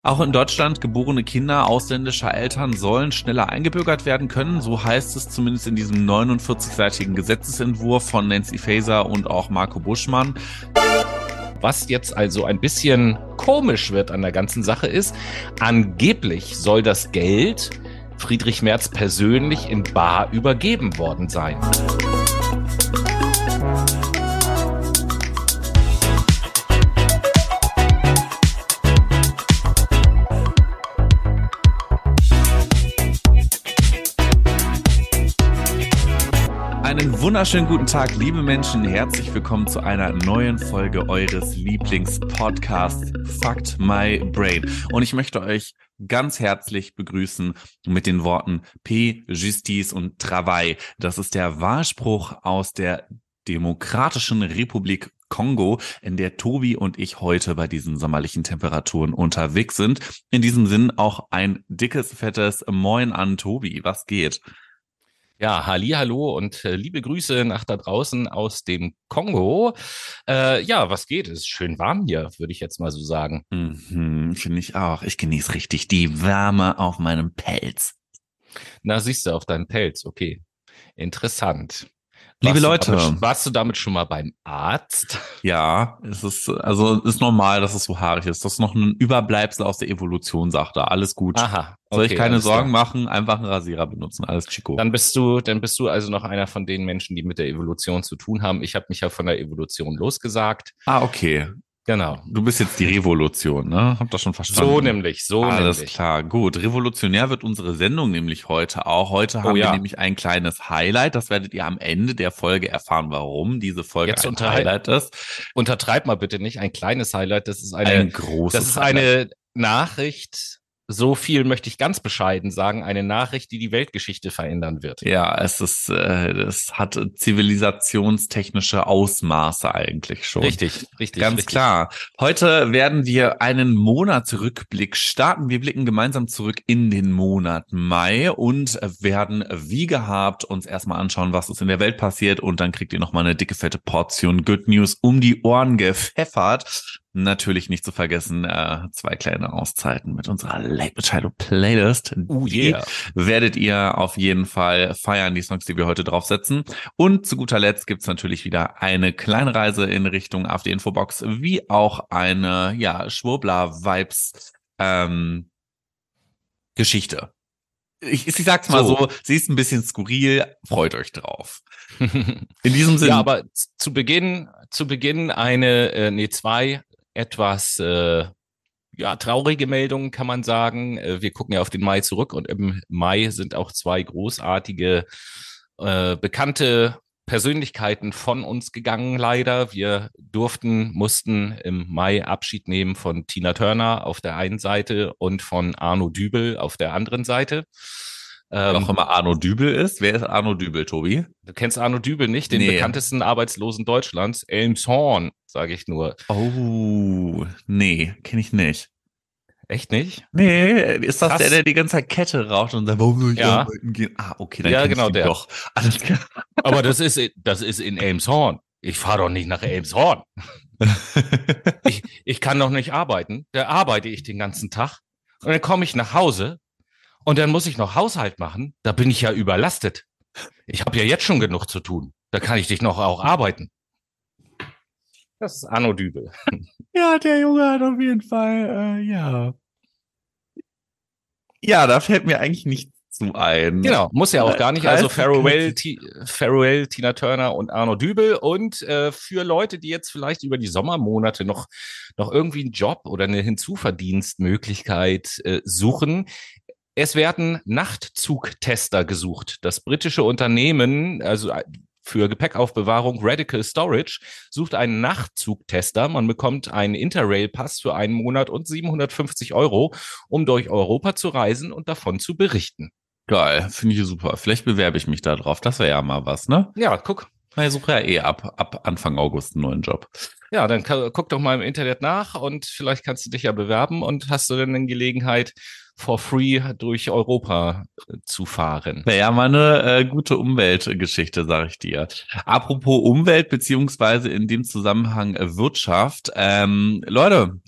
Auch in Deutschland geborene Kinder ausländischer Eltern sollen schneller eingebürgert werden können. So heißt es zumindest in diesem 49-seitigen Gesetzesentwurf von Nancy Faeser und auch Marco Buschmann. Was jetzt also ein bisschen komisch wird an der ganzen Sache ist, angeblich soll das Geld Friedrich Merz persönlich in bar übergeben worden sein. Einen wunderschönen guten Tag, liebe Menschen. Herzlich willkommen zu einer neuen Folge eures Lieblingspodcasts Fucked My Brain. Und ich möchte euch ganz herzlich begrüßen mit den Worten Paix, Justice und Travail. Das ist der Wahlspruch aus der Demokratischen Republik Kongo, in der Tobi und ich heute bei diesen sommerlichen Temperaturen unterwegs sind. In diesem Sinn auch ein dickes, fettes Moin an Tobi. Was geht? Ja, hallihallo und liebe Grüße nach da draußen aus dem Kongo. Ja, was geht? Es ist schön warm hier, würde ich jetzt mal so sagen. Finde ich auch. Ich genieße richtig die Wärme auf meinem Pelz. Na, siehst du, auf deinen Pelz. Okay, interessant. Liebe Leute. Warst du damit schon mal beim Arzt? Ja, ist normal, dass es so haarig ist. Das ist noch ein Überbleibsel aus der Evolution, sagt er. Alles gut. Aha. Okay, soll ich keine Sorgen machen? Einfach einen Rasierer benutzen. Alles Chico. Dann bist du also noch einer von den Menschen, die mit der Evolution zu tun haben. Ich habe mich ja von der Evolution losgesagt. Ah, okay. Genau. Du bist jetzt die Revolution, ne? Hab das schon verstanden. Alles klar, gut. Revolutionär wird unsere Sendung nämlich heute auch. Heute haben wir nämlich ein kleines Highlight. Das werdet ihr am Ende der Folge erfahren, warum diese Folge jetzt ein Highlight ist. Untertreib mal bitte nicht. Ein kleines Highlight. Das ist ein großes Highlight. Eine Nachricht. So viel möchte ich ganz bescheiden sagen, eine Nachricht, die die Weltgeschichte verändern wird. Ja, es hat zivilisationstechnische Ausmaße eigentlich schon. Richtig. Ganz klar. Heute werden wir einen Monatsrückblick starten. Wir blicken gemeinsam zurück in den Monat Mai und werden wie gehabt uns erstmal anschauen, was ist in der Welt passiert, und dann kriegt ihr nochmal eine dicke, fette Portion Good News um die Ohren gepfeffert. Natürlich nicht zu vergessen, 2 kleine Auszeiten mit unserer Late Machado Playlist. Die werdet ihr auf jeden Fall feiern, die Songs, die wir heute draufsetzen. Und zu guter Letzt gibt's natürlich wieder eine kleine Reise in Richtung AfD-Infobox, wie auch eine, Schwurbler-Vibes Geschichte. Ich sag's mal so, sie ist ein bisschen skurril, freut euch drauf. In diesem Sinne. Ja, aber zu Beginn zwei etwas traurige Meldungen, kann man sagen. Wir gucken ja auf den Mai zurück, und im Mai sind auch 2 großartige bekannte Persönlichkeiten von uns gegangen, leider. Wir mussten im Mai Abschied nehmen von Tina Turner auf der einen Seite und von Arno Dübel auf der anderen Seite. Wer auch immer Arno Dübel ist. Wer ist Arno Dübel, Tobi? Du kennst Arno Dübel nicht, den bekanntesten Arbeitslosen Deutschlands. Elmshorn, sage ich nur. Oh, nee, kenne ich nicht. Echt nicht? Nee, ist das der die ganze Zeit Kette raucht und sagt, warum soll ich arbeiten gehen? Ah, okay, dann genau der. Doch. Alles klar. Aber das ist in Elmshorn. Ich fahre doch nicht nach Elmshorn. ich kann doch nicht arbeiten. Da arbeite ich den ganzen Tag. Und dann komme ich nach Hause und dann muss ich noch Haushalt machen. Da bin ich ja überlastet. Ich habe ja jetzt schon genug zu tun. Da kann ich dich noch auch arbeiten. Das ist Arno Dübel. Ja, der Junge hat auf jeden Fall, Ja, da fällt mir eigentlich nichts zu ein. Genau, muss ja auch gar nicht. Also Farewell, Tina Turner und Arno Dübel. Und für Leute, die jetzt vielleicht über die Sommermonate noch irgendwie einen Job oder eine Hinzuverdienstmöglichkeit suchen, es werden Nachtzugtester gesucht. Das britische Unternehmen, also für Gepäckaufbewahrung Radical Storage, sucht einen Nachtzugtester. Man bekommt einen Interrail-Pass für 1 Monat und 750 €, um durch Europa zu reisen und davon zu berichten. Geil, finde ich super. Vielleicht bewerbe ich mich da drauf. Das wäre ja mal was, ne? Ja, guck. Ich suche ja ab Anfang August einen neuen Job. Ja, dann guck doch mal im Internet nach und vielleicht kannst du dich ja bewerben und hast du dann eine Gelegenheit, for free durch Europa zu fahren. Wäre ja mal eine gute Umweltgeschichte, sage ich dir. Apropos Umwelt beziehungsweise in dem Zusammenhang Wirtschaft. Leute,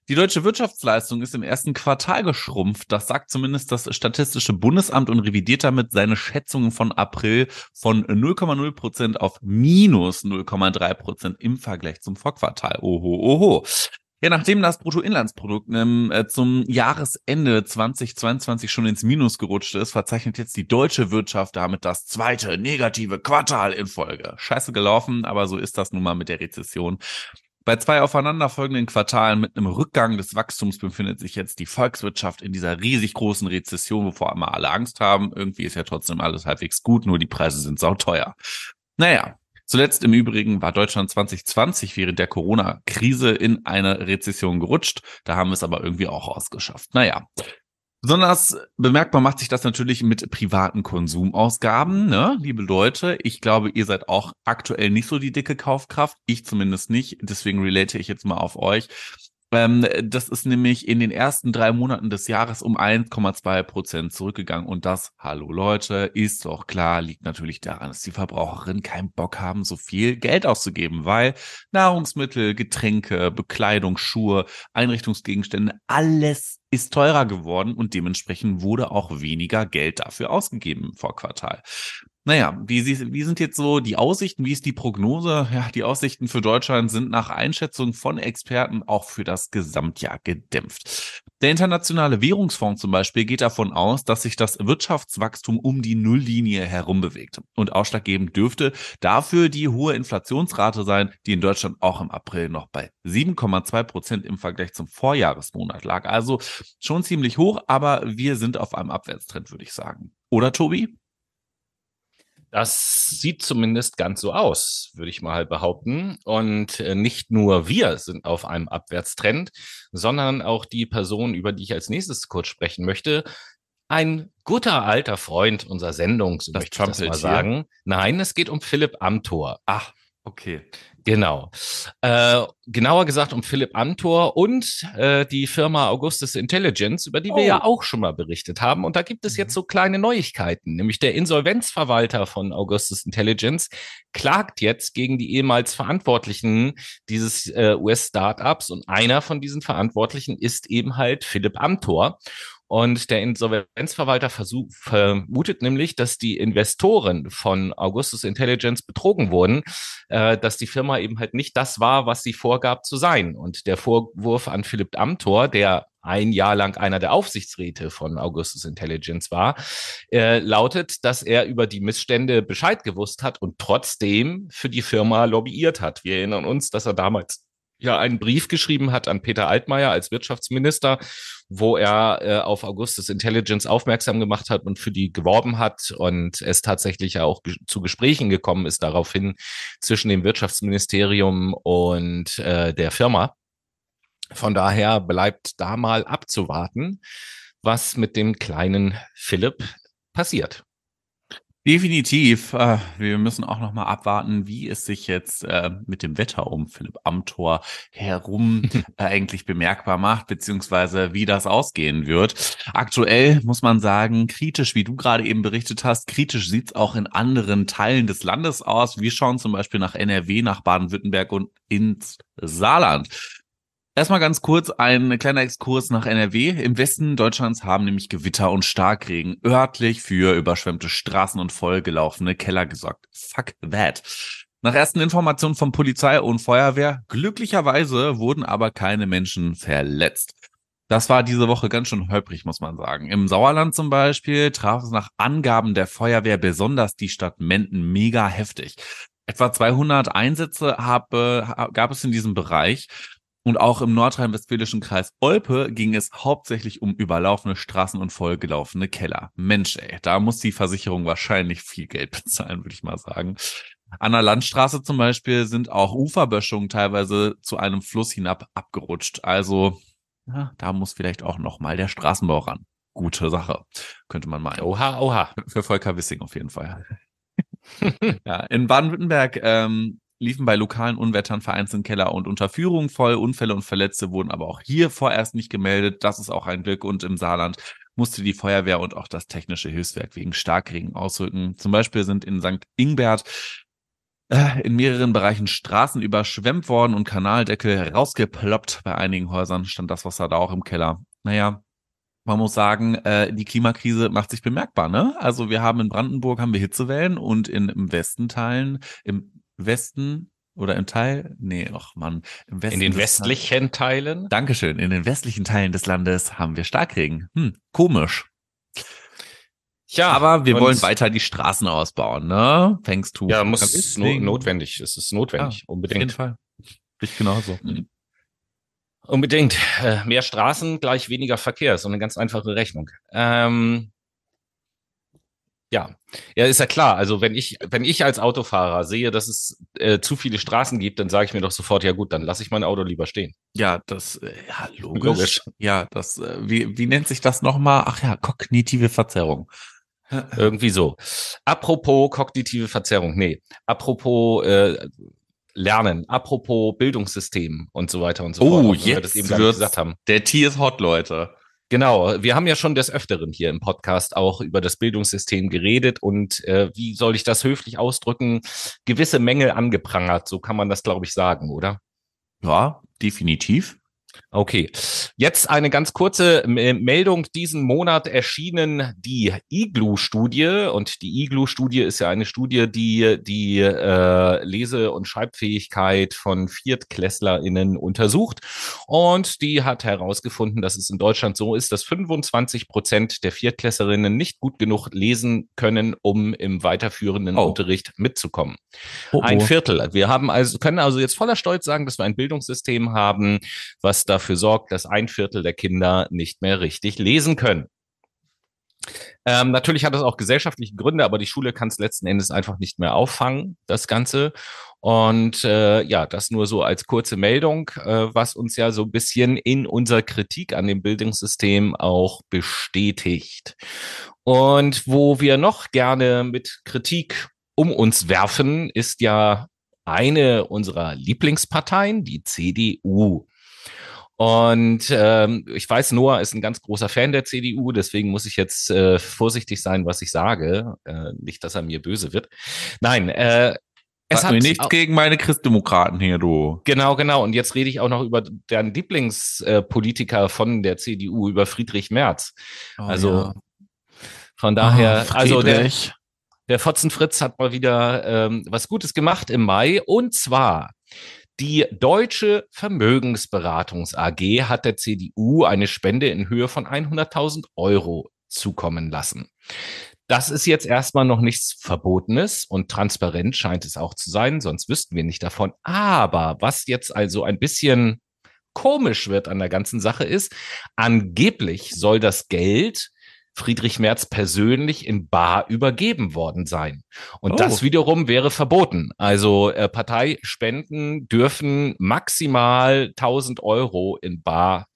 Die deutsche Wirtschaftsleistung ist im ersten Quartal geschrumpft. Das sagt zumindest das Statistische Bundesamt und revidiert damit seine Schätzungen von April von 0,0% auf minus 0,3% im Vergleich zum Vorquartal. Oho, oho. Ja, nachdem das Bruttoinlandsprodukt zum Jahresende 2022 schon ins Minus gerutscht ist, verzeichnet jetzt die deutsche Wirtschaft damit das zweite negative Quartal in Folge. Scheiße gelaufen, aber so ist das nun mal mit der Rezession. Bei 2 aufeinanderfolgenden Quartalen mit einem Rückgang des Wachstums befindet sich jetzt die Volkswirtschaft in dieser riesig großen Rezession, wovor immer alle Angst haben. Irgendwie ist ja trotzdem alles halbwegs gut, nur die Preise sind sauteuer. Naja, zuletzt im Übrigen war Deutschland 2020 während der Corona-Krise in eine Rezession gerutscht. Da haben wir es aber irgendwie auch ausgeschafft. Naja. Besonders bemerkbar macht sich das natürlich mit privaten Konsumausgaben, ne, liebe Leute. Ich glaube, ihr seid auch aktuell nicht so die dicke Kaufkraft. Ich zumindest nicht. Deswegen relate ich jetzt mal auf euch. Das ist nämlich in den ersten 3 Monaten des Jahres um 1,2% zurückgegangen. Und das, hallo Leute, ist doch klar, liegt natürlich daran, dass die Verbraucherinnen keinen Bock haben, so viel Geld auszugeben, weil Nahrungsmittel, Getränke, Bekleidung, Schuhe, Einrichtungsgegenstände, alles ist teurer geworden und dementsprechend wurde auch weniger Geld dafür ausgegeben im Vorquartal. Naja, wie sind jetzt so die Aussichten? Wie ist die Prognose? Ja, die Aussichten für Deutschland sind nach Einschätzung von Experten auch für das Gesamtjahr gedämpft. Der Internationale Währungsfonds zum Beispiel geht davon aus, dass sich das Wirtschaftswachstum um die Nulllinie herum bewegt. Und ausschlaggebend dürfte dafür die hohe Inflationsrate sein, die in Deutschland auch im April noch bei 7,2% im Vergleich zum Vorjahresmonat lag. Also schon ziemlich hoch, aber wir sind auf einem Abwärtstrend, würde ich sagen. Oder, Tobi? Das sieht zumindest ganz so aus, würde ich mal behaupten. Und nicht nur wir sind auf einem Abwärtstrend, sondern auch die Person, über die ich als nächstes kurz sprechen möchte. Ein guter alter Freund unserer Sendung, so möchte ich das mal sagen. Nein, es geht um Philipp Amthor. Ach, okay. Genau. Genauer gesagt um Philipp Amthor und die Firma Augustus Intelligence, über die wir ja auch schon mal berichtet haben. Und da gibt es jetzt so kleine Neuigkeiten, nämlich der Insolvenzverwalter von Augustus Intelligence klagt jetzt gegen die ehemals Verantwortlichen dieses US-Startups und einer von diesen Verantwortlichen ist eben halt Philipp Amthor. Und der Insolvenzverwalter vermutet nämlich, dass die Investoren von Augustus Intelligence betrogen wurden, dass die Firma eben halt nicht das war, was sie vorgab zu sein. Und der Vorwurf an Philipp Amthor, der ein Jahr lang einer der Aufsichtsräte von Augustus Intelligence war, lautet, dass er über die Missstände Bescheid gewusst hat und trotzdem für die Firma lobbyiert hat. Wir erinnern uns, dass er damals ja einen Brief geschrieben hat an Peter Altmaier als Wirtschaftsminister, wo er auf Augustus Intelligence aufmerksam gemacht hat und für die geworben hat und es tatsächlich ja auch zu Gesprächen gekommen ist daraufhin zwischen dem Wirtschaftsministerium und der Firma. Von daher bleibt da mal abzuwarten, was mit dem kleinen Philipp passiert. Definitiv. Wir müssen auch noch mal abwarten, wie es sich jetzt mit dem Wetter um Philipp Amthor herum eigentlich bemerkbar macht, beziehungsweise wie das ausgehen wird. Aktuell muss man sagen, kritisch, wie du gerade eben berichtet hast, kritisch sieht es auch in anderen Teilen des Landes aus. Wir schauen zum Beispiel nach NRW, nach Baden-Württemberg und ins Saarland. Erstmal ganz kurz ein kleiner Exkurs nach NRW. Im Westen Deutschlands haben nämlich Gewitter und Starkregen örtlich für überschwemmte Straßen und vollgelaufene Keller gesorgt. Fuck that. Nach ersten Informationen von Polizei und Feuerwehr, glücklicherweise wurden aber keine Menschen verletzt. Das war diese Woche ganz schön holprig, muss man sagen. Im Sauerland zum Beispiel traf es nach Angaben der Feuerwehr besonders die Stadt Menden mega heftig. Etwa 200 Einsätze gab es in diesem Bereich. Und auch im nordrhein-westfälischen Kreis Olpe ging es hauptsächlich um überlaufene Straßen und vollgelaufene Keller. Mensch, ey, da muss die Versicherung wahrscheinlich viel Geld bezahlen, würde ich mal sagen. An der Landstraße zum Beispiel sind auch Uferböschungen teilweise zu einem Fluss hinab abgerutscht. Also, ja, da muss vielleicht auch nochmal der Straßenbau ran. Gute Sache, könnte man meinen. Oha, oha. Für Volker Wissing auf jeden Fall. Ja, in Baden-Württemberg liefen bei lokalen Unwettern vereinzelt Keller und Unterführungen voll. Unfälle und Verletzte wurden aber auch hier vorerst nicht gemeldet. Das ist auch ein Glück. Und im Saarland musste die Feuerwehr und auch das technische Hilfswerk wegen Starkregen ausrücken. Zum Beispiel sind in St. Ingbert In mehreren Bereichen Straßen überschwemmt worden und Kanaldeckel rausgeploppt. Bei einigen Häusern stand das Wasser da auch im Keller. Naja, man muss sagen, die Klimakrise macht sich bemerkbar, ne? Also wir haben in Brandenburg haben wir Hitzewellen und im Westen oder im Teil, nee, ach Mann, im In Westen den westlichen Teilen? Dankeschön, in den westlichen Teilen des Landes haben wir Starkregen. Komisch. Ja, Aber wir wollen weiter die Straßen ausbauen, ne? Fängst du. Ja, notwendig. Es ist notwendig, Ja, unbedingt. auf jeden Fall. Ich genauso. Unbedingt. Mehr Straßen gleich weniger Verkehr. So eine ganz einfache Rechnung. Ja, ist ja klar. Also wenn ich als Autofahrer sehe, dass es zu viele Straßen gibt, dann sage ich mir doch sofort, ja gut, dann lasse ich mein Auto lieber stehen. Ja, ja, logisch. Ja, wie nennt sich das nochmal? Ach ja, kognitive Verzerrung. Irgendwie so. Apropos kognitive Verzerrung, nee. Apropos Lernen, apropos Bildungssystem und so weiter und so fort. Oh, Auch wenn wir das eben gar nicht gesagt haben. Der Tee ist hot, Leute. Genau, wir haben ja schon des Öfteren hier im Podcast auch über das Bildungssystem geredet und wie soll ich das höflich ausdrücken, gewisse Mängel angeprangert, so kann man das, glaube ich, sagen, oder? Ja, definitiv. Okay, jetzt eine ganz kurze Meldung. Diesen Monat erschienen die IGLU-Studie und die IGLU-Studie ist ja eine Studie, die Lese- und Schreibfähigkeit von ViertklässlerInnen untersucht und die hat herausgefunden, dass es in Deutschland so ist, dass 25% der Viertklässlerinnen nicht gut genug lesen können, um im weiterführenden Unterricht mitzukommen. Ein Viertel. Können also jetzt voller Stolz sagen, dass wir ein Bildungssystem haben, was dafür sorgt, dass ein Viertel der Kinder nicht mehr richtig lesen können. Natürlich hat das auch gesellschaftliche Gründe, aber die Schule kann es letzten Endes einfach nicht mehr auffangen, das Ganze. Und ja, das nur so als kurze Meldung, was uns ja so ein bisschen in unserer Kritik an dem Bildungssystem auch bestätigt. Und wo wir noch gerne mit Kritik um uns werfen, ist ja eine unserer Lieblingsparteien, die CDU. Und ich weiß, Noah ist ein ganz großer Fan der CDU, deswegen muss ich jetzt vorsichtig sein, was ich sage. Nicht, dass er mir böse wird. Nein, es hat mir nichts gegen meine Christdemokraten hier, du. Genau. Und jetzt rede ich auch noch über deren Lieblingspolitiker von der CDU, über Friedrich Merz. Von daher, also der Fotzenfritz hat mal wieder was Gutes gemacht im Mai, und zwar die Deutsche Vermögensberatungs AG hat der CDU eine Spende in Höhe von 100.000 Euro zukommen lassen. Das ist jetzt erstmal noch nichts Verbotenes und transparent scheint es auch zu sein, sonst wüssten wir nicht davon. Aber was jetzt also ein bisschen komisch wird an der ganzen Sache ist, angeblich soll das Geld Friedrich Merz persönlich in bar übergeben worden sein. Und das wiederum wäre verboten. Also Parteispenden dürfen maximal 1.000 Euro in bar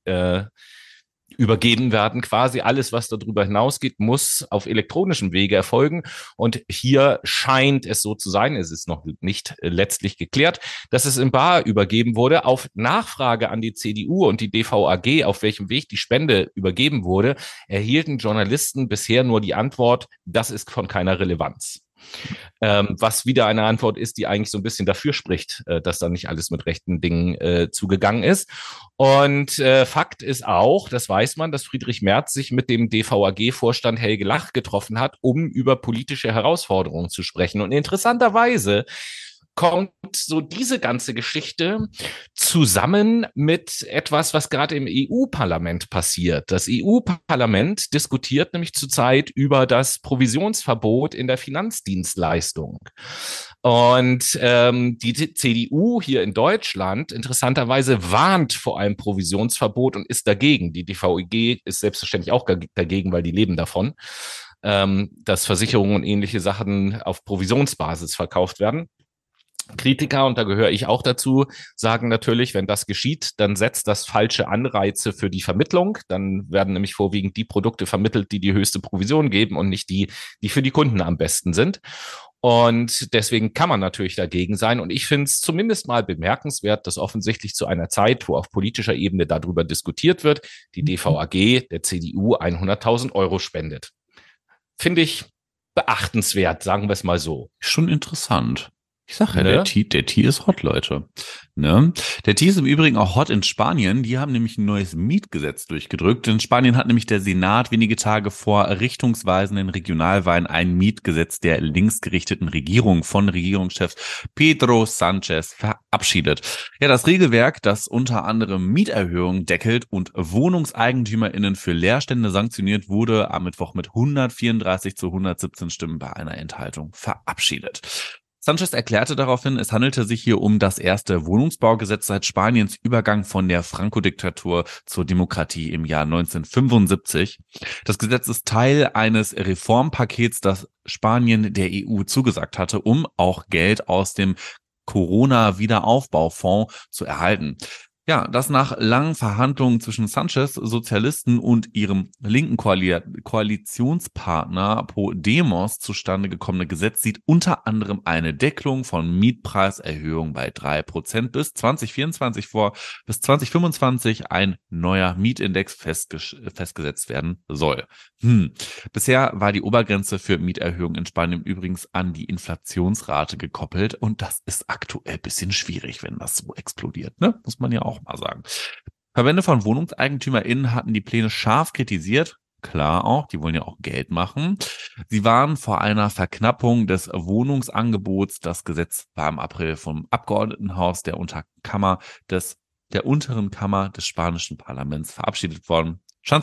übergeben werden. Quasi alles, was darüber hinausgeht, muss auf elektronischem Wege erfolgen. Und hier scheint es so zu sein, es ist noch nicht letztlich geklärt, dass es in bar übergeben wurde. Auf Nachfrage an die CDU und die DVAG, auf welchem Weg die Spende übergeben wurde, erhielten Journalisten bisher nur die Antwort, das ist von keiner Relevanz. Was wieder eine Antwort ist, die eigentlich so ein bisschen dafür spricht, dass da nicht alles mit rechten Dingen zugegangen ist. Und Fakt ist auch, das weiß man, dass Friedrich Merz sich mit dem DVAG-Vorstand Helge Lach getroffen hat, um über politische Herausforderungen zu sprechen. Und interessanterweise kommt so diese ganze Geschichte zusammen mit etwas, was gerade im EU-Parlament passiert. Das EU-Parlament diskutiert nämlich zurzeit über das Provisionsverbot in der Finanzdienstleistung. Und die CDU hier in Deutschland interessanterweise warnt vor einem Provisionsverbot und ist dagegen. Die DVAG ist selbstverständlich auch dagegen, weil die leben davon, dass Versicherungen und ähnliche Sachen auf Provisionsbasis verkauft werden. Kritiker, und da gehöre ich auch dazu, sagen natürlich, wenn das geschieht, dann setzt das falsche Anreize für die Vermittlung. Dann werden nämlich vorwiegend die Produkte vermittelt, die die höchste Provision geben und nicht die, die für die Kunden am besten sind. Und deswegen kann man natürlich dagegen sein. Und ich finde es zumindest mal bemerkenswert, dass offensichtlich zu einer Zeit, wo auf politischer Ebene darüber diskutiert wird, die DVAG der CDU 100.000 Euro spendet. Finde ich beachtenswert, sagen wir es mal so. Schon interessant. Ich sag ja, der Tee ist hot, Leute. Ne? Der Tee ist im Übrigen auch hot in Spanien. Die haben nämlich ein neues Mietgesetz durchgedrückt. In Spanien hat nämlich der Senat wenige Tage vor richtungsweisenden Regionalwahlen ein Mietgesetz der linksgerichteten Regierung von Regierungschef Pedro Sánchez verabschiedet. Ja, das Regelwerk, das unter anderem Mieterhöhungen deckelt und WohnungseigentümerInnen für Leerstände sanktioniert, wurde am Mittwoch mit 134 zu 117 Stimmen bei einer Enthaltung verabschiedet. Sánchez erklärte daraufhin, es handelte sich hier um das erste Wohnungsbaugesetz seit Spaniens Übergang von der Franco-Diktatur zur Demokratie im Jahr 1975. Das Gesetz ist Teil eines Reformpakets, das Spanien der EU zugesagt hatte, um auch Geld aus dem Corona-Wiederaufbaufonds zu erhalten. Ja, das nach langen Verhandlungen zwischen Sánchez, Sozialisten und ihrem linken Koalitionspartner Podemos zustande gekommene Gesetz sieht unter anderem eine Deckelung von Mietpreiserhöhungen bei 3% bis 2024 vor, bis 2025 ein neuer Mietindex festgesetzt werden soll. Bisher war die Obergrenze für Mieterhöhungen in Spanien übrigens an die Inflationsrate gekoppelt und das ist aktuell ein bisschen schwierig, wenn das so explodiert, ne? Muss man ja auch mal sagen. Verbände von WohnungseigentümerInnen hatten die Pläne scharf kritisiert. Klar auch, die wollen ja auch Geld machen. Sie waren vor einer Verknappung des Wohnungsangebots. Das Gesetz war im April vom Abgeordnetenhaus der unteren Kammer des spanischen Parlaments verabschiedet worden.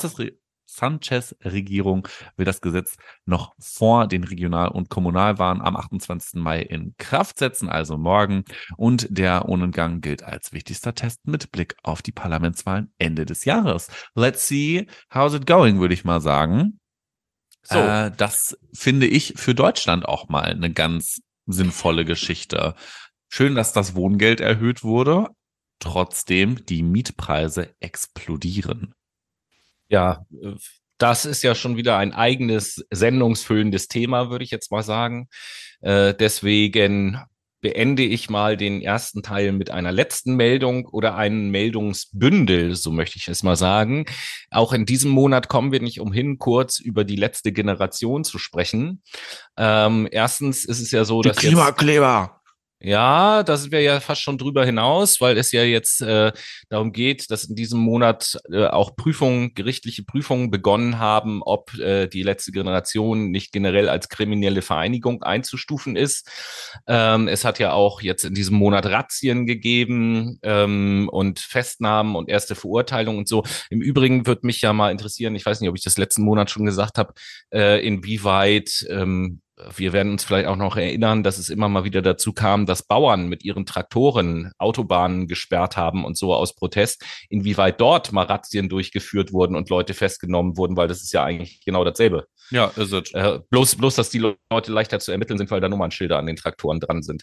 Sánchez-Regierung will das Gesetz noch vor den Regional- und Kommunalwahlen am 28. Mai in Kraft setzen, also morgen. Und der Urnengang gilt als wichtigster Test mit Blick auf die Parlamentswahlen Ende des Jahres. Let's see how's it going, würde ich mal sagen. So. Das finde ich für Deutschland auch mal eine ganz sinnvolle Geschichte. Schön, dass das Wohngeld erhöht wurde. Trotzdem die Mietpreise explodieren. Ja, das ist ja schon wieder ein eigenes sendungsfüllendes Thema, würde ich jetzt mal sagen. Deswegen beende ich mal den ersten Teil mit einer letzten Meldung oder einem Meldungsbündel, so möchte ich es mal sagen. Auch in diesem Monat kommen wir nicht umhin, kurz über die letzte Generation zu sprechen. Erstens ist es ja so, dass die Klimakleber. Ja, da sind wir ja fast schon drüber hinaus, weil es ja jetzt darum geht, dass in diesem Monat auch gerichtliche Prüfungen begonnen haben, ob die letzte Generation nicht generell als kriminelle Vereinigung einzustufen ist. Es hat ja auch jetzt in diesem Monat Razzien gegeben und Festnahmen und erste Verurteilungen und so. Im Übrigen würde mich ja mal interessieren, ich weiß nicht, ob ich das letzten Monat schon gesagt habe, inwieweit wir werden uns vielleicht auch noch erinnern, dass es immer mal wieder dazu kam, dass Bauern mit ihren Traktoren Autobahnen gesperrt haben und so aus Protest, inwieweit dort mal Razzien durchgeführt wurden und Leute festgenommen wurden, weil das ist ja eigentlich genau dasselbe. Ja, ist es. Bloß, dass die Leute leichter zu ermitteln sind, weil da Nummernschilder an den Traktoren dran sind.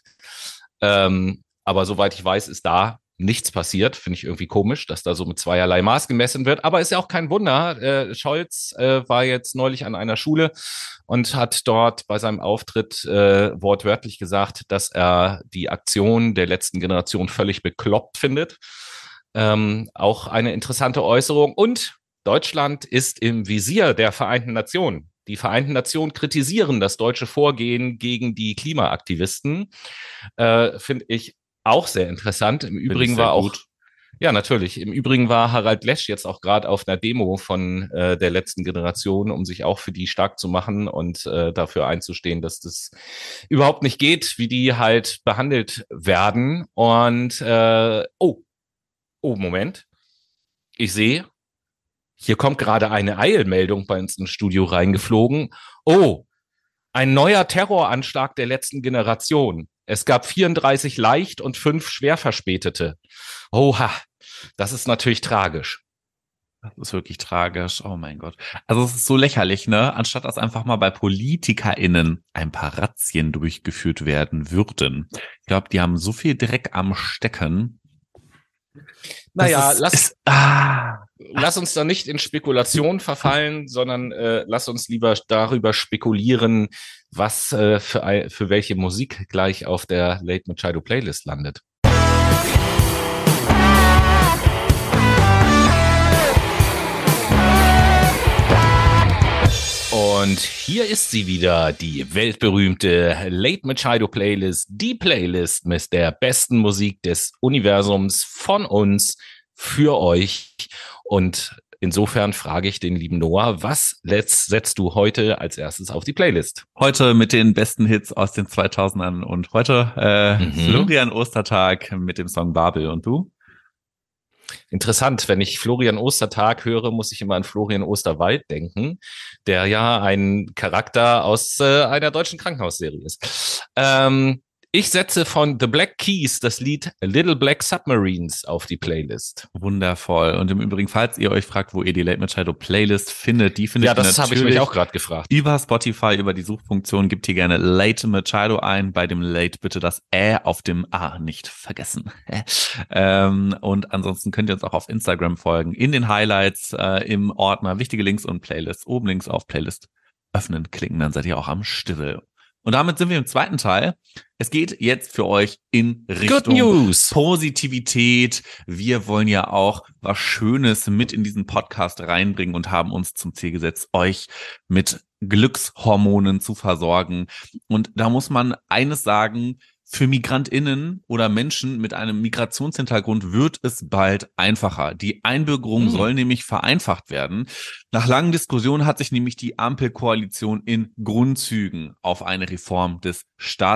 Aber soweit ich weiß, ist da nichts passiert. Finde ich irgendwie komisch, dass da so mit zweierlei Maß gemessen wird. Aber ist ja auch kein Wunder. Scholz war jetzt neulich an einer Schule und hat dort bei seinem Auftritt wortwörtlich gesagt, dass er die Aktion der letzten Generation völlig bekloppt findet. Auch eine interessante Äußerung. Und Deutschland ist im Visier der Vereinten Nationen. Die Vereinten Nationen kritisieren das deutsche Vorgehen gegen die Klimaaktivisten. Finde ich auch sehr interessant. Im Übrigen war auch, ja, natürlich. Im Übrigen war Harald Lesch jetzt auch gerade auf einer Demo von der letzten Generation, um sich auch für die stark zu machen und dafür einzustehen, dass das überhaupt nicht geht, wie die halt behandelt werden. Und Moment. Ich sehe, hier kommt gerade eine Eilmeldung bei uns ins Studio reingeflogen. Oh, ein neuer Terroranschlag der letzten Generation. Es gab 34 leicht und 5 schwer Verspätete. Oha, das ist natürlich tragisch. Das ist wirklich tragisch. Oh mein Gott. Also es ist so lächerlich, ne? Anstatt dass einfach mal bei PolitikerInnen ein paar Razzien durchgeführt werden würden. Ich glaube, die haben so viel Dreck am Stecken. Naja, lass uns da nicht in Spekulation verfallen, sondern lass uns lieber darüber spekulieren, was für welche Musik gleich auf der Late Machado Playlist landet. Und hier ist sie wieder, die weltberühmte Late Machado Playlist, die Playlist mit der besten Musik des Universums von uns für euch. Und insofern frage ich den lieben Noah, was setzt du heute als erstes auf die Playlist? Heute mit den besten Hits aus den 2000ern und heute Florian Ostertag mit dem Song Babel. Und du? Interessant, wenn ich Florian Ostertag höre, muss ich immer an Florian Osterwald denken, der ja ein Charakter aus einer deutschen Krankenhausserie ist. Ich setze von The Black Keys das Lied Little Black Submarines auf die Playlist. Wundervoll. Und im Übrigen, falls ihr euch fragt, wo ihr die Late Machado Playlist findet, die findet ihr natürlich. Ja, das habe ich mich auch gerade gefragt. Über Spotify, über die Suchfunktion, gebt hier gerne Late Machado ein. Bei dem Late bitte das auf dem A nicht vergessen. Und ansonsten könnt ihr uns auch auf Instagram folgen. In den Highlights, im Ordner wichtige Links und Playlists. Oben links auf Playlist öffnen klicken, dann seid ihr auch am Stille. Und damit sind wir im zweiten Teil. Es geht jetzt für euch in Richtung Positivität. Wir wollen ja auch was Schönes mit in diesen Podcast reinbringen und haben uns zum Ziel gesetzt, euch mit Glückshormonen zu versorgen. Und da muss man eines sagen: Für MigrantInnen oder Menschen mit einem Migrationshintergrund wird es bald einfacher. Die Einbürgerung soll nämlich vereinfacht werden. Nach langen Diskussionen hat sich nämlich die Ampelkoalition in Grundzügen auf eine Reform des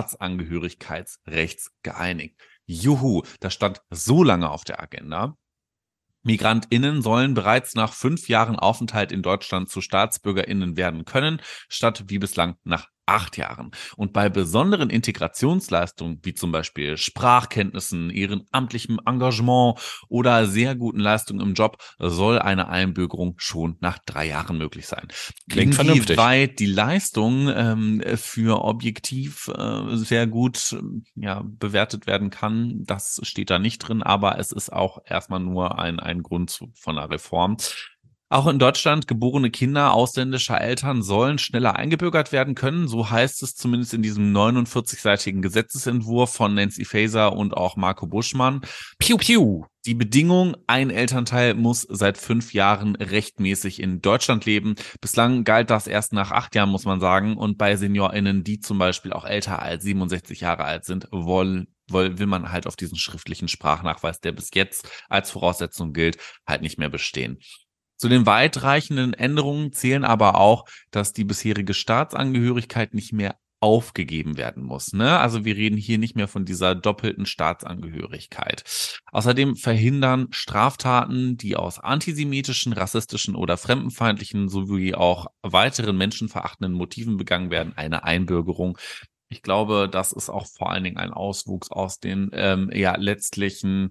Staatsangehörigkeitsrechts geeinigt. Juhu, das stand so lange auf der Agenda. MigrantInnen sollen bereits nach 5 Jahren Aufenthalt in Deutschland zu StaatsbürgerInnen werden können, statt wie bislang nach 8 Jahren. Und bei besonderen Integrationsleistungen, wie zum Beispiel Sprachkenntnissen, ehrenamtlichem Engagement oder sehr guten Leistungen im Job, soll eine Einbürgerung schon nach 3 Jahren möglich sein. Klingt vernünftig. Inwieweit die Leistung für objektiv sehr gut bewertet werden kann, das steht da nicht drin, aber es ist auch erstmal nur ein Grund von einer Reform. Auch in Deutschland geborene Kinder ausländischer Eltern sollen schneller eingebürgert werden können. So heißt es zumindest in diesem 49-seitigen Gesetzesentwurf von Nancy Faeser und auch Marco Buschmann. Piu, piu. Die Bedingung: ein Elternteil muss seit 5 Jahren rechtmäßig in Deutschland leben. Bislang galt das erst nach 8 Jahren, muss man sagen. Und bei SeniorInnen, die zum Beispiel auch älter als 67 Jahre alt sind, will man halt auf diesen schriftlichen Sprachnachweis, der bis jetzt als Voraussetzung gilt, halt nicht mehr bestehen. Zu den weitreichenden Änderungen zählen aber auch, dass die bisherige Staatsangehörigkeit nicht mehr aufgegeben werden muss. Also wir reden hier nicht mehr von dieser doppelten Staatsangehörigkeit. Außerdem verhindern Straftaten, die aus antisemitischen, rassistischen oder fremdenfeindlichen sowie auch weiteren menschenverachtenden Motiven begangen werden, eine Einbürgerung. Ich glaube, das ist auch vor allen Dingen ein Auswuchs aus den letztlichen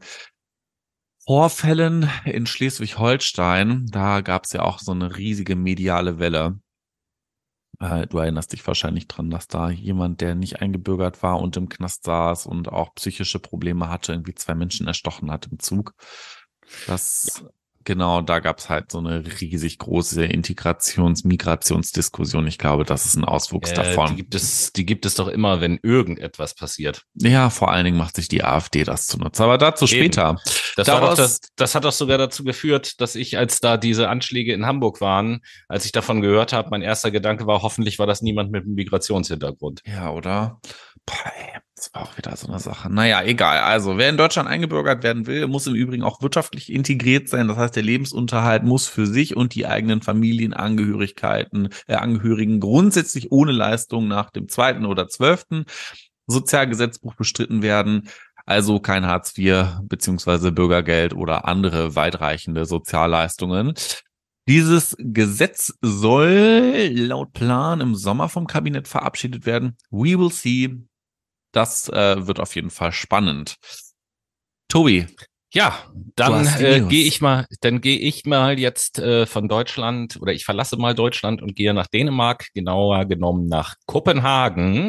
Vorfällen in Schleswig-Holstein. Da gab es ja auch so eine riesige mediale Welle. Du erinnerst dich wahrscheinlich dran, dass da jemand, der nicht eingebürgert war und im Knast saß und auch psychische Probleme hatte, irgendwie 2 Menschen erstochen hat im Zug. Genau, da gab es halt so eine riesig große Migrationsdiskussion. Ich glaube, das ist ein Auswuchs davon. Die gibt es doch immer, wenn irgendetwas passiert. Ja, vor allen Dingen macht sich die AfD das zunutze. Aber dazu später. Das hat doch sogar dazu geführt, dass ich, als da diese Anschläge in Hamburg waren, als ich davon gehört habe, mein erster Gedanke war, hoffentlich war das niemand mit einem Migrationshintergrund. Ja, oder? Das war auch wieder so eine Sache. Naja, egal. Also, wer in Deutschland eingebürgert werden will, muss im Übrigen auch wirtschaftlich integriert sein. Das heißt, der Lebensunterhalt muss für sich und die eigenen Angehörigen grundsätzlich ohne Leistung nach dem 2. oder 12. Sozialgesetzbuch bestritten werden. Also kein Hartz IV beziehungsweise Bürgergeld oder andere weitreichende Sozialleistungen. Dieses Gesetz soll laut Plan im Sommer vom Kabinett verabschiedet werden. We will see. Das wird auf jeden Fall spannend. Tobi. Ja, dann gehe ich mal jetzt von Deutschland, oder ich verlasse mal Deutschland und gehe nach Dänemark, genauer genommen nach Kopenhagen.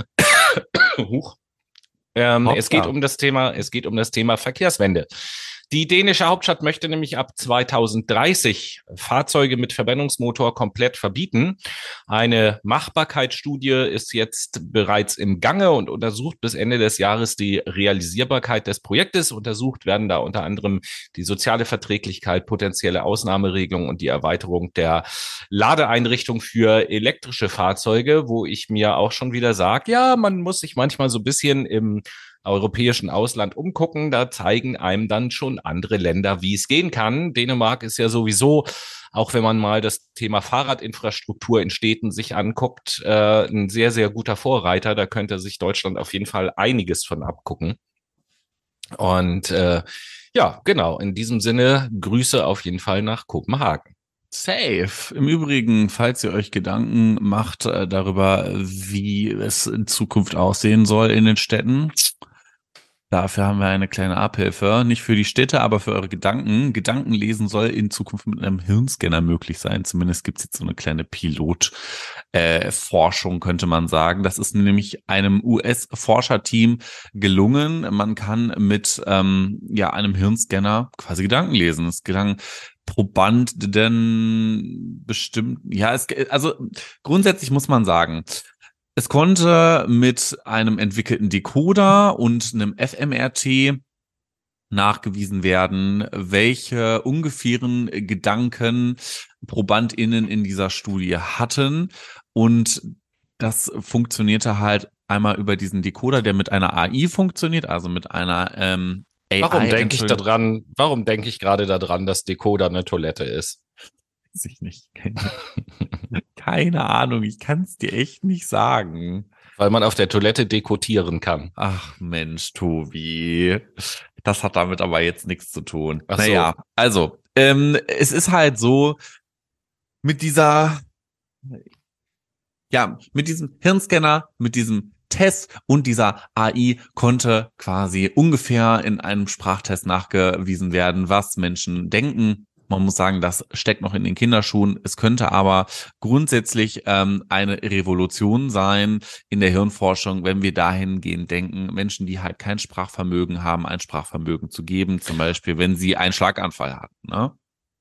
Es geht um das Thema Verkehrswende. Die dänische Hauptstadt möchte nämlich ab 2030 Fahrzeuge mit Verbrennungsmotor komplett verbieten. Eine Machbarkeitsstudie ist jetzt bereits im Gange und untersucht bis Ende des Jahres die Realisierbarkeit des Projektes. Untersucht werden da unter anderem die soziale Verträglichkeit, potenzielle Ausnahmeregelungen und die Erweiterung der Ladeeinrichtung für elektrische Fahrzeuge, wo ich mir auch schon wieder sage, ja, man muss sich manchmal so ein bisschen im europäischen Ausland umgucken, da zeigen einem dann schon andere Länder, wie es gehen kann. Dänemark ist ja sowieso, auch wenn man mal das Thema Fahrradinfrastruktur in Städten sich anguckt, ein sehr, sehr guter Vorreiter. Da könnte sich Deutschland auf jeden Fall einiges von abgucken. Und ja, genau, in diesem Sinne Grüße auf jeden Fall nach Kopenhagen. Safe. Im Übrigen, falls ihr euch Gedanken macht darüber, wie es in Zukunft aussehen soll in den Städten, dafür haben wir eine kleine Abhilfe. Nicht für die Städte, aber für eure Gedanken. Gedankenlesen soll in Zukunft mit einem Hirnscanner möglich sein. Zumindest gibt es jetzt so eine kleine Pilotforschung, könnte man sagen. Das ist nämlich einem US-Forscherteam gelungen. Man kann mit einem Hirnscanner quasi Gedanken lesen. Es gelang Probanden bestimmt, also grundsätzlich muss man sagen, es konnte mit einem entwickelten Decoder und einem fMRT nachgewiesen werden, welche ungefähren Gedanken ProbandInnen in dieser Studie hatten. Und das funktionierte halt einmal über diesen Decoder, der mit einer AI funktioniert, also mit einer AI. Warum denke ich gerade daran, dass Decoder eine Toilette ist? Weiß ich nicht. Keine Ahnung, ich kann es dir echt nicht sagen. Weil man auf der Toilette dekodieren kann. Ach Mensch, Tobi. Das hat damit aber jetzt nichts zu tun. Ach so. Also, es ist halt so, mit diesem Hirnscanner, mit diesem Test und dieser AI konnte quasi ungefähr in einem Sprachtest nachgewiesen werden, was Menschen denken. Man muss sagen, das steckt noch in den Kinderschuhen. Es könnte aber grundsätzlich eine Revolution sein in der Hirnforschung, wenn wir dahingehend denken, Menschen, die halt kein Sprachvermögen haben, ein Sprachvermögen zu geben, zum Beispiel, wenn sie einen Schlaganfall hatten, ne?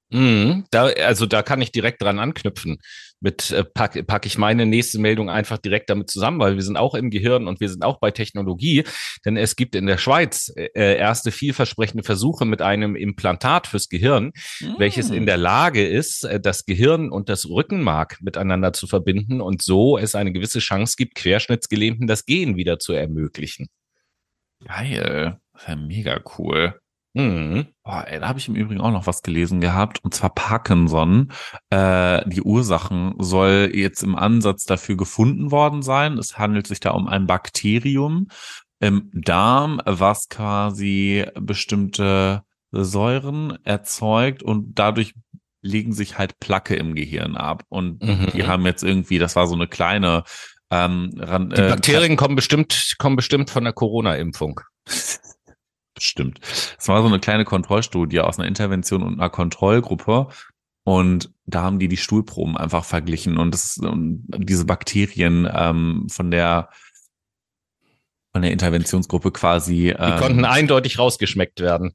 Da kann ich direkt dran anknüpfen. Pack ich meine nächste Meldung einfach direkt damit zusammen, weil wir sind auch im Gehirn und wir sind auch bei Technologie, denn es gibt in der Schweiz erste vielversprechende Versuche mit einem Implantat fürs Gehirn, welches in der Lage ist, das Gehirn und das Rückenmark miteinander zu verbinden und so es eine gewisse Chance gibt, Querschnittsgelähmten das Gehen wieder zu ermöglichen. Geil, das ist ja mega cool. Boah, ey, da habe ich im Übrigen auch noch was gelesen gehabt, und zwar Parkinson. Die Ursachen soll jetzt im Ansatz dafür gefunden worden sein. Es handelt sich da um ein Bakterium im Darm, was quasi bestimmte Säuren erzeugt und dadurch legen sich halt Plaque im Gehirn ab. Und die haben jetzt irgendwie, das war so eine kleine die Bakterien kommen bestimmt von der Corona-Impfung. Stimmt. Es war so eine kleine Kontrollstudie aus einer Intervention und einer Kontrollgruppe. Und da haben die Stuhlproben einfach verglichen und diese Bakterien von der Interventionsgruppe quasi. Die konnten eindeutig rausgeschmeckt werden.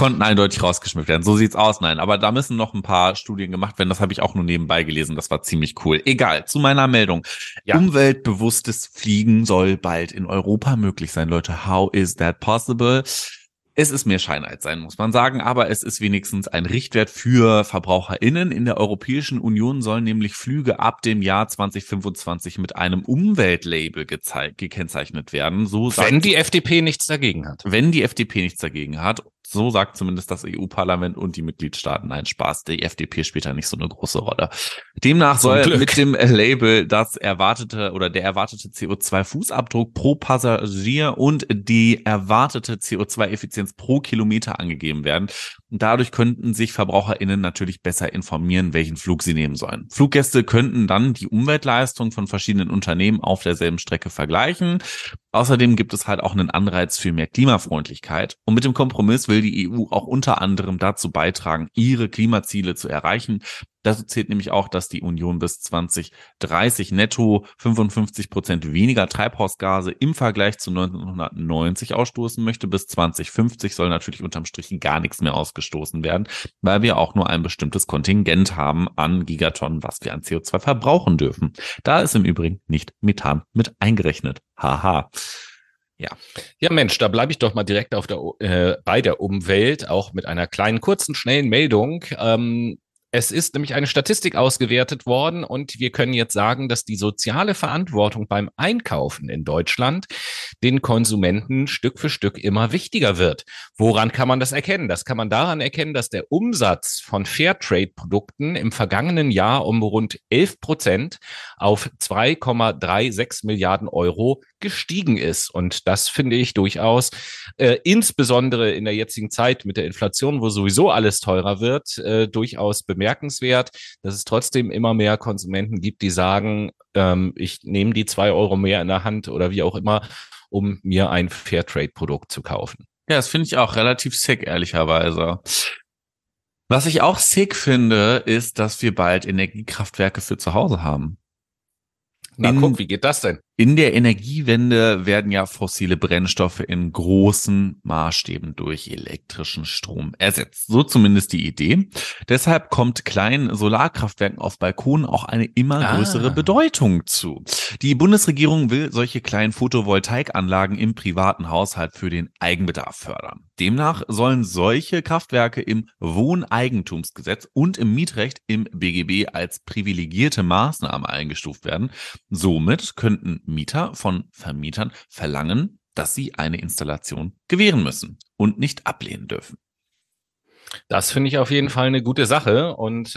So sieht's aus. Nein, aber da müssen noch ein paar Studien gemacht werden. Das habe ich auch nur nebenbei gelesen. Das war ziemlich cool. Egal, zu meiner Meldung. Ja. Umweltbewusstes Fliegen soll bald in Europa möglich sein, Leute. How is that possible? Es ist mehr Schein als Sein, muss man sagen, aber es ist wenigstens ein Richtwert für VerbraucherInnen. In der Europäischen Union sollen nämlich Flüge ab dem Jahr 2025 mit einem Umweltlabel gekennzeichnet werden. Wenn die FDP nichts dagegen hat. Wenn die FDP nichts dagegen hat. So sagt zumindest das EU-Parlament und die Mitgliedstaaten. Nein, Spaß, die FDP spielt da nicht so eine große Rolle. Demnach soll mit dem Label der erwartete CO2-Fußabdruck pro Passagier und die erwartete CO2-Effizienz pro Kilometer angegeben werden. Und dadurch könnten sich VerbraucherInnen natürlich besser informieren, welchen Flug sie nehmen sollen. Fluggäste könnten dann die Umweltleistung von verschiedenen Unternehmen auf derselben Strecke vergleichen. Außerdem gibt es halt auch einen Anreiz für mehr Klimafreundlichkeit. Und mit dem Kompromiss will die EU auch unter anderem dazu beitragen, ihre Klimaziele zu erreichen. Dazu zählt nämlich auch, dass die Union bis 2030 netto 55% weniger Treibhausgase im Vergleich zu 1990 ausstoßen möchte. Bis 2050 soll natürlich unterm Strich gar nichts mehr ausgestoßen werden, weil wir auch nur ein bestimmtes Kontingent haben an Gigatonnen, was wir an CO2 verbrauchen dürfen. Da ist im Übrigen nicht Methan mit eingerechnet. Haha. Ja. Ja, Mensch, da bleibe ich doch mal direkt bei der Umwelt, auch mit einer kleinen, kurzen, schnellen Meldung. Es ist nämlich eine Statistik ausgewertet worden und wir können jetzt sagen, dass die soziale Verantwortung beim Einkaufen in Deutschland den Konsumenten Stück für Stück immer wichtiger wird. Woran kann man das erkennen? Das kann man daran erkennen, dass der Umsatz von Fairtrade-Produkten im vergangenen Jahr um rund 11% auf 2,36 Milliarden Euro gestiegen ist. Und das finde ich durchaus, insbesondere in der jetzigen Zeit mit der Inflation, wo sowieso alles teurer wird, durchaus bemerkenswert, dass es trotzdem immer mehr Konsumenten gibt, die sagen, ich nehme die 2 Euro mehr in der Hand oder wie auch immer, um mir ein Fairtrade-Produkt zu kaufen. Ja, das finde ich auch relativ sick, ehrlicherweise. Was ich auch sick finde, ist, dass wir bald Energiekraftwerke für zu Hause haben. Na guck, wie geht das denn? In der Energiewende werden ja fossile Brennstoffe in großen Maßstäben durch elektrischen Strom ersetzt. So zumindest die Idee. Deshalb kommt kleinen Solarkraftwerken auf Balkonen auch eine immer größere Bedeutung zu. Die Bundesregierung will solche kleinen Photovoltaikanlagen im privaten Haushalt für den Eigenbedarf fördern. Demnach sollen solche Kraftwerke im Wohneigentumsgesetz und im Mietrecht im BGB als privilegierte Maßnahme eingestuft werden. Somit könnten Mieter von Vermietern verlangen, dass sie eine Installation gewähren müssen und nicht ablehnen dürfen. Das finde ich auf jeden Fall eine gute Sache. Und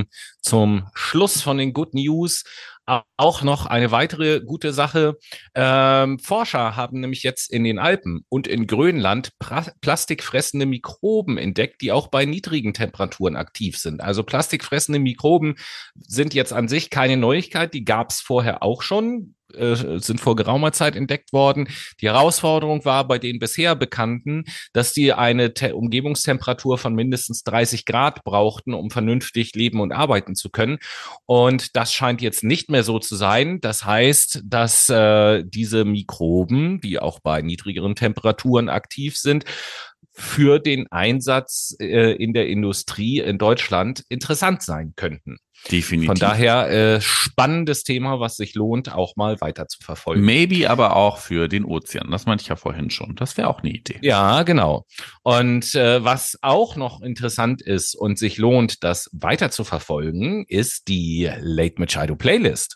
zum Schluss von den Good News auch noch eine weitere gute Sache. Forscher haben nämlich jetzt in den Alpen und in Grönland plastikfressende Mikroben entdeckt, die auch bei niedrigen Temperaturen aktiv sind. Also plastikfressende Mikroben sind jetzt an sich keine Neuigkeit, die gab es vorher auch schon. Sind vor geraumer Zeit entdeckt worden. Die Herausforderung war bei den bisher Bekannten, dass die eine Umgebungstemperatur von mindestens 30 Grad brauchten, um vernünftig leben und arbeiten zu können. Und das scheint jetzt nicht mehr so zu sein. Das heißt, dass diese Mikroben, die auch bei niedrigeren Temperaturen aktiv sind, für den Einsatz in der Industrie in Deutschland interessant sein könnten. Definitiv. Von daher spannendes Thema, was sich lohnt, auch mal weiter zu verfolgen. Maybe aber auch für den Ozean. Das meinte ich ja vorhin schon. Das wäre auch eine Idee. Ja, genau. Und was auch noch interessant ist und sich lohnt, das weiter zu verfolgen, ist die Late Machado Playlist.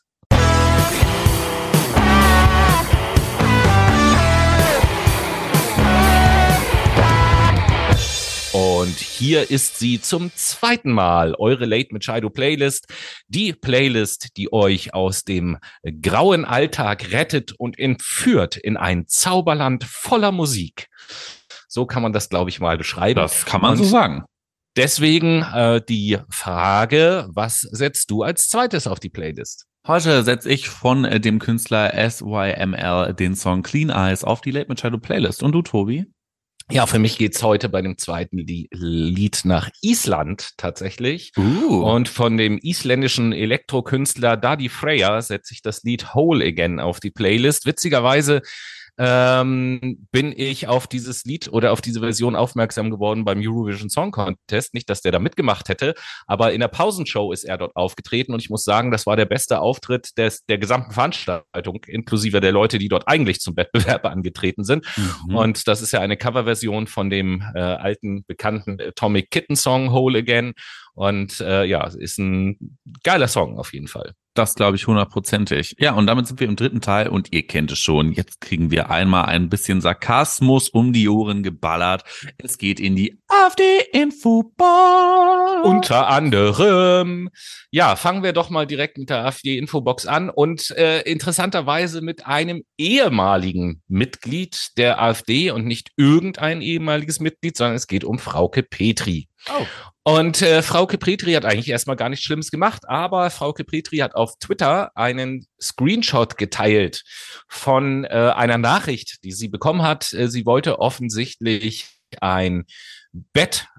Und hier ist sie zum zweiten Mal, eure Late Machado Playlist. Die Playlist, die euch aus dem grauen Alltag rettet und entführt in ein Zauberland voller Musik. So kann man das, glaube ich, mal beschreiben. Das kann man so sagen. Deswegen die Frage, was setzt du als zweites auf die Playlist? Heute setze ich von dem Künstler SYML den Song Clean Eyes auf die Late Machado Playlist. Und du, Tobi? Ja, für mich geht's heute bei dem zweiten Lied nach Island tatsächlich. Und von dem isländischen Elektrokünstler Daði Freyr setze ich das Lied Whole Again auf die Playlist. Witzigerweise bin ich auf dieses Lied oder auf diese Version aufmerksam geworden beim Eurovision Song Contest. Nicht, dass der da mitgemacht hätte, aber in der Pausenshow ist er dort aufgetreten und ich muss sagen, das war der beste Auftritt der gesamten Veranstaltung, inklusive der Leute, die dort eigentlich zum Wettbewerb angetreten sind. Und das ist ja eine Coverversion von dem alten, bekannten Atomic Kitten Song Whole Again. Und ja, ist ein geiler Song auf jeden Fall. Das glaube ich 100%. Ja, und damit sind wir im dritten Teil und ihr kennt es schon. Jetzt kriegen wir einmal ein bisschen Sarkasmus um die Ohren geballert. Es geht in die AfD-Infobox. Unter anderem. Ja, fangen wir doch mal direkt mit der AfD-Infobox an und interessanterweise mit einem ehemaligen Mitglied der AfD und nicht irgendein ehemaliges Mitglied, sondern es geht um Frauke Petry. Oh. Und Frauke Petry hat eigentlich erstmal gar nichts Schlimmes gemacht, aber Frauke Petry hat auf Twitter einen Screenshot geteilt von einer Nachricht, die sie bekommen hat. Sie wollte offensichtlich ein Bett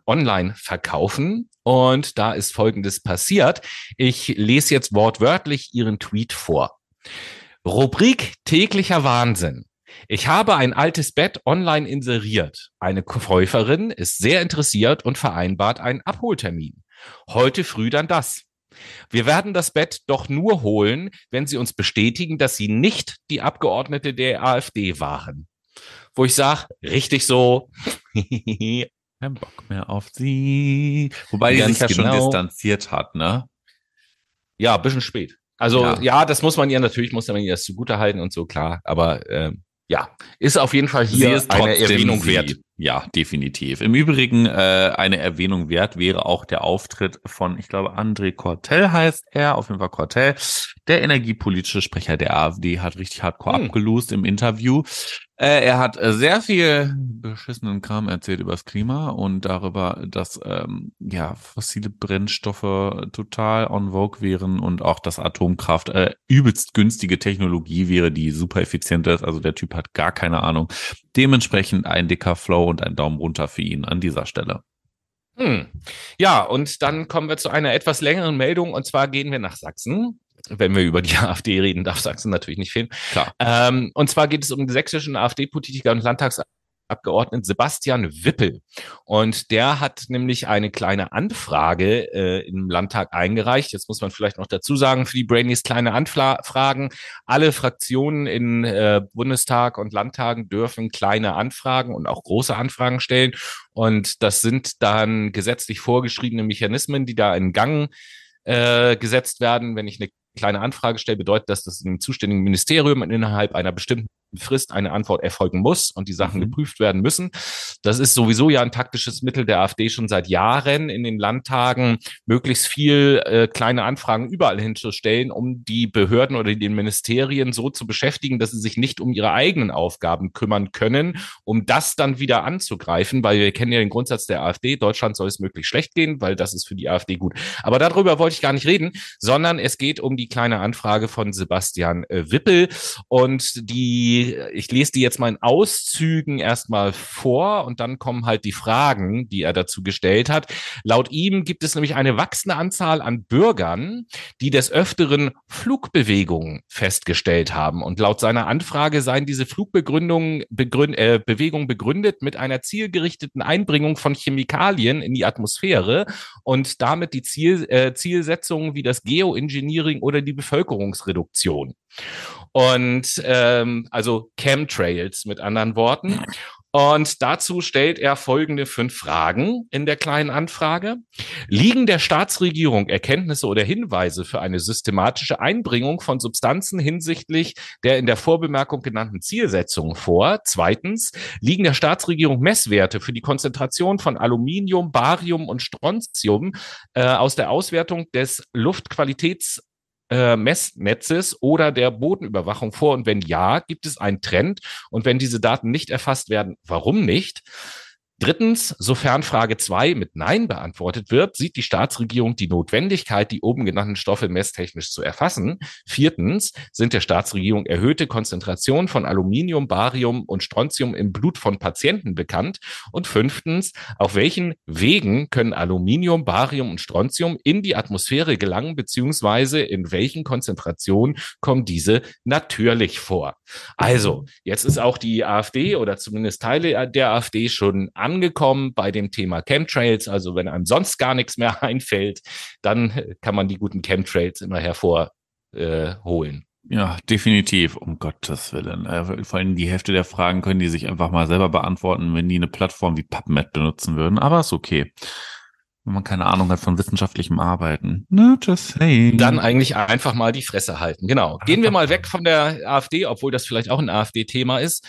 online verkaufen. Und da ist Folgendes passiert. Ich lese jetzt wortwörtlich Ihren Tweet vor. Rubrik täglicher Wahnsinn. Ich habe ein altes Bett online inseriert. Eine Käuferin ist sehr interessiert und vereinbart einen Abholtermin. Heute früh dann das. Wir werden das Bett doch nur holen, wenn Sie uns bestätigen, dass Sie nicht die Abgeordnete der AfD waren. Wo ich sage, richtig so. Kein Bock mehr auf sie. Wobei die sich ja schon distanziert hat, ne? Ja, ein bisschen spät. Also ja, das muss man ihr das zugutehalten und so, klar. Aber ja, ist auf jeden Fall hier eine Erwähnung wert. Ja, definitiv. Im Übrigen eine Erwähnung wert wäre auch der Auftritt von, ich glaube, André Kortell heißt er, auf jeden Fall Kortell. Der energiepolitische Sprecher der AfD hat richtig hardcore abgelost im Interview. Er hat sehr viel beschissenen Kram erzählt über das Klima und darüber, dass fossile Brennstoffe total en vogue wären und auch, dass Atomkraft übelst günstige Technologie wäre, die super effizient ist. Also der Typ hat gar keine Ahnung. Dementsprechend ein dicker Flow und ein Daumen runter für ihn an dieser Stelle. Ja, und dann kommen wir zu einer etwas längeren Meldung, und zwar gehen wir nach Sachsen. Wenn wir über die AfD reden, darf Sachsen natürlich nicht fehlen. Klar. Und zwar geht es um den sächsischen AfD-Politiker und Landtagsabgeordneten Sebastian Wippel. Und der hat nämlich eine kleine Anfrage im Landtag eingereicht. Jetzt muss man vielleicht noch dazu sagen, für die Brainies kleine Anfragen. Alle Fraktionen in Bundestag und Landtagen dürfen kleine Anfragen und auch große Anfragen stellen. Und das sind dann gesetzlich vorgeschriebene Mechanismen, die da in Gang gesetzt werden. Wenn ich eine kleine Anfrage stelle, bedeutet das, dass im zuständigen Ministerium innerhalb einer bestimmten Frist eine Antwort erfolgen muss und die Sachen geprüft werden müssen. Das ist sowieso ja ein taktisches Mittel der AfD schon seit Jahren in den Landtagen, möglichst viel kleine Anfragen überall hinzustellen, um die Behörden oder den Ministerien so zu beschäftigen, dass sie sich nicht um ihre eigenen Aufgaben kümmern können, um das dann wieder anzugreifen, weil wir kennen ja den Grundsatz der AfD, Deutschland soll es möglichst schlecht gehen, weil das ist für die AfD gut. Aber darüber wollte ich gar nicht reden, sondern es geht um die kleine Anfrage von Sebastian Wippel und ich lese die jetzt mal in Auszügen erstmal vor und dann kommen halt die Fragen, die er dazu gestellt hat. Laut ihm gibt es nämlich eine wachsende Anzahl an Bürgern, die des Öfteren Flugbewegungen festgestellt haben. Und laut seiner Anfrage seien diese Flugbewegungen begründet mit einer zielgerichteten Einbringung von Chemikalien in die Atmosphäre und damit die Zielsetzungen wie das Geoengineering oder die Bevölkerungsreduktion. Und also Chemtrails mit anderen Worten. Und dazu stellt er folgende 5 Fragen in der kleinen Anfrage. Liegen der Staatsregierung Erkenntnisse oder Hinweise für eine systematische Einbringung von Substanzen hinsichtlich der in der Vorbemerkung genannten Zielsetzungen vor? Zweitens, liegen der Staatsregierung Messwerte für die Konzentration von Aluminium, Barium und Strontium aus der Auswertung des Luftqualitäts Messnetzes oder der Bodenüberwachung vor? Und wenn ja, gibt es einen Trend? Und wenn diese Daten nicht erfasst werden, warum nicht? Drittens, sofern Frage 2 mit Nein beantwortet wird, sieht die Staatsregierung die Notwendigkeit, die oben genannten Stoffe messtechnisch zu erfassen. Viertens, sind der Staatsregierung erhöhte Konzentrationen von Aluminium, Barium und Strontium im Blut von Patienten bekannt? Und fünftens, auf welchen Wegen können Aluminium, Barium und Strontium in die Atmosphäre gelangen, beziehungsweise in welchen Konzentrationen kommen diese natürlich vor? Also, jetzt ist auch die AfD oder zumindest Teile der AfD schon angekommen bei dem Thema Chemtrails. Also wenn einem sonst gar nichts mehr einfällt, dann kann man die guten Chemtrails immer hervorholen. Ja, definitiv, um Gottes Willen. Vor allem die Hälfte der Fragen können die sich einfach mal selber beantworten, wenn die eine Plattform wie PubMed benutzen würden. Aber ist okay, wenn man keine Ahnung hat von wissenschaftlichem Arbeiten. No, just saying. Dann eigentlich einfach mal die Fresse halten. Genau. Gehen wir mal weg von der AfD, obwohl das vielleicht auch ein AfD-Thema ist.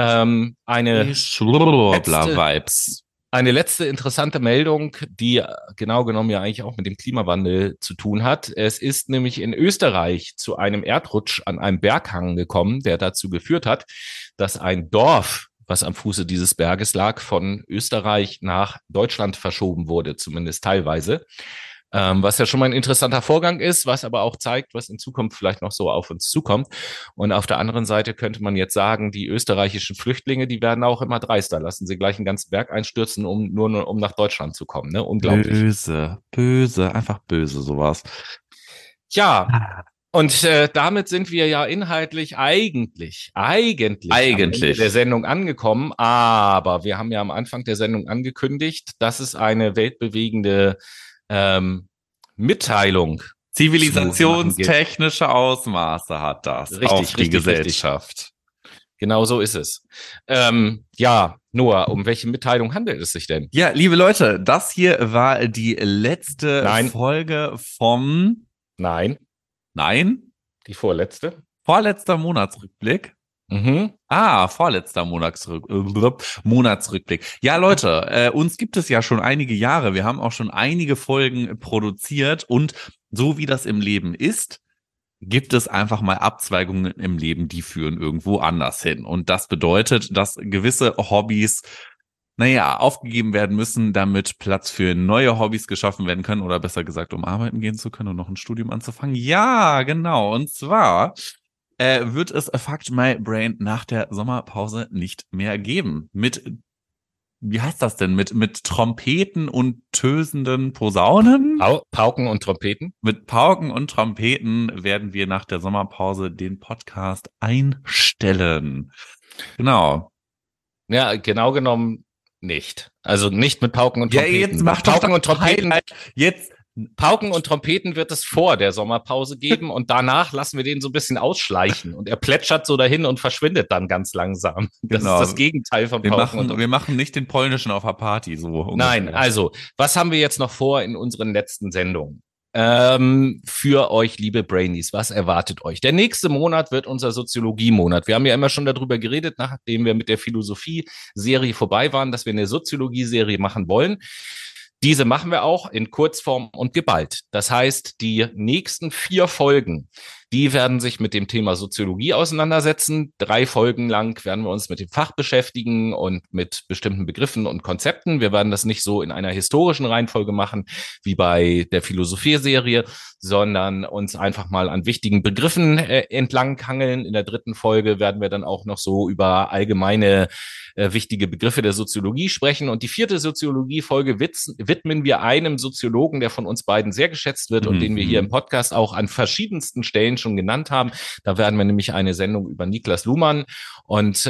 Eine letzte interessante Meldung, die genau genommen ja eigentlich auch mit dem Klimawandel zu tun hat. Es ist nämlich in Österreich zu einem Erdrutsch an einem Berghang gekommen, der dazu geführt hat, dass ein Dorf, was am Fuße dieses Berges lag, von Österreich nach Deutschland verschoben wurde, zumindest teilweise. Was ja schon mal ein interessanter Vorgang ist, was aber auch zeigt, was in Zukunft vielleicht noch so auf uns zukommt. Und auf der anderen Seite könnte man jetzt sagen, die österreichischen Flüchtlinge, die werden auch immer dreister. Lassen sie gleich einen ganzen Berg einstürzen, um nach Deutschland zu kommen. Ne? Unglaublich. Böse, einfach böse, sowas. Ja, und damit sind wir ja inhaltlich eigentlich am Ende der Sendung angekommen. Aber wir haben ja am Anfang der Sendung angekündigt, dass es eine weltbewegende Mitteilung. Zivilisationstechnische Ausmaße hat das auf die Gesellschaft. Richtig. Genau so ist es. Ja, Noah, um welche Mitteilung handelt es sich denn? Ja, liebe Leute, das hier war die letzte Folge vom... Nein? Die vorletzte? Vorletzter Monatsrückblick. Vorletzter Monatsrückblick. Ja, Leute, uns gibt es ja schon einige Jahre. Wir haben auch schon einige Folgen produziert und so wie das im Leben ist, gibt es einfach mal Abzweigungen im Leben, die führen irgendwo anders hin. Und das bedeutet, dass gewisse Hobbys, aufgegeben werden müssen, damit Platz für neue Hobbys geschaffen werden können oder besser gesagt, um arbeiten gehen zu können und noch ein Studium anzufangen. Ja, genau. Und zwar wird es Fuck My Brain nach der Sommerpause nicht mehr geben. Wie heißt das denn? Mit Trompeten und tösenden Posaunen? Pauken und Trompeten? Mit Pauken und Trompeten werden wir nach der Sommerpause den Podcast einstellen. Genau. Ja, genau genommen nicht. Also nicht mit Pauken und Trompeten. Ja, jetzt macht Pauken und Trompeten. Pauken und Trompeten wird es vor der Sommerpause geben und danach lassen wir den so ein bisschen ausschleichen und er plätschert so dahin und verschwindet dann ganz langsam. Das ist das Gegenteil von Pauken und Trompeten. Wir machen nicht den polnischen auf der Party so ungefähr. Nein, also, was haben wir jetzt noch vor in unseren letzten Sendungen? Für euch, liebe Brainies, was erwartet euch? Der nächste Monat wird unser Soziologie-Monat. Wir haben ja immer schon darüber geredet, nachdem wir mit der Philosophie-Serie vorbei waren, dass wir eine Soziologie-Serie machen wollen. Diese machen wir auch in Kurzform und geballt. Das heißt, die nächsten 4 Folgen, die werden sich mit dem Thema Soziologie auseinandersetzen. 3 Folgen lang werden wir uns mit dem Fach beschäftigen und mit bestimmten Begriffen und Konzepten. Wir werden das nicht so in einer historischen Reihenfolge machen wie bei der Philosophie-Serie, sondern uns einfach mal an wichtigen Begriffen entlanghangeln. In der 3. Folge werden wir dann auch noch so über allgemeine wichtige Begriffe der Soziologie sprechen. Und die 4. Soziologie-Folge widmen wir einem Soziologen, der von uns beiden sehr geschätzt wird und den wir hier im Podcast auch an verschiedensten Stellen schon genannt haben. Da werden wir nämlich eine Sendung über Niklas Luhmann und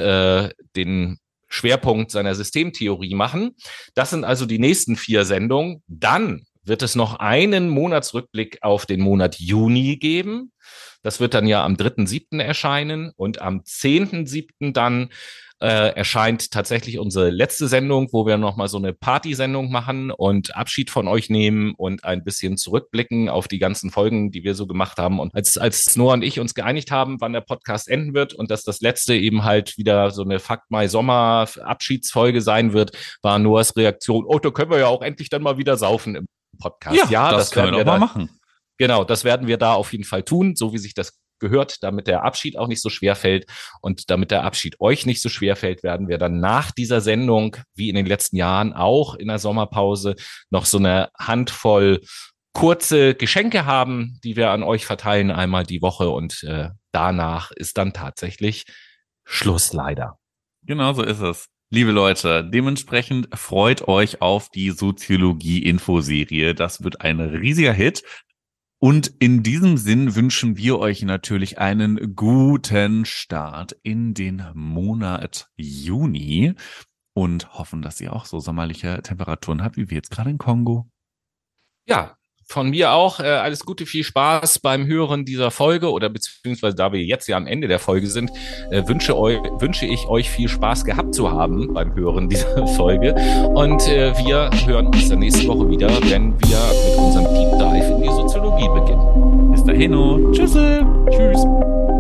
den Schwerpunkt seiner Systemtheorie machen. Das sind also die nächsten 4 Sendungen. Dann wird es noch einen Monatsrückblick auf den Monat Juni geben. Das wird dann ja am 3.7. erscheinen und am 10.7. dann erscheint tatsächlich unsere letzte Sendung, wo wir nochmal so eine Party-Sendung machen und Abschied von euch nehmen und ein bisschen zurückblicken auf die ganzen Folgen, die wir so gemacht haben. Und als Noah und ich uns geeinigt haben, wann der Podcast enden wird und dass das letzte eben halt wieder so eine Fuck My Sommer Abschiedsfolge sein wird, war Noahs Reaktion, da können wir ja auch endlich dann mal wieder saufen im Podcast. Ja, das können wir doch mal machen. Genau, das werden wir da auf jeden Fall tun, so wie sich das gehört, damit der Abschied auch nicht so schwer fällt und damit der Abschied euch nicht so schwer fällt, werden wir dann nach dieser Sendung, wie in den letzten Jahren auch in der Sommerpause, noch so eine Handvoll kurze Geschenke haben, die wir an euch verteilen, einmal die Woche und danach ist dann tatsächlich Schluss leider. Genau so ist es. Liebe Leute, dementsprechend freut euch auf die Soziologie-Infoserie. Das wird ein riesiger Hit. Und in diesem Sinn wünschen wir euch natürlich einen guten Start in den Monat Juni und hoffen, dass ihr auch so sommerliche Temperaturen habt, wie wir jetzt gerade in Kongo. Ja, von mir auch alles Gute, viel Spaß beim Hören dieser Folge oder beziehungsweise da wir jetzt ja am Ende der Folge sind, wünsche ich euch viel Spaß gehabt zu haben beim Hören dieser Folge und wir hören uns dann nächste Woche wieder, wenn wir mit unserem Deep Dive in die Soziologie beginnen. Bis dahin und tschüss.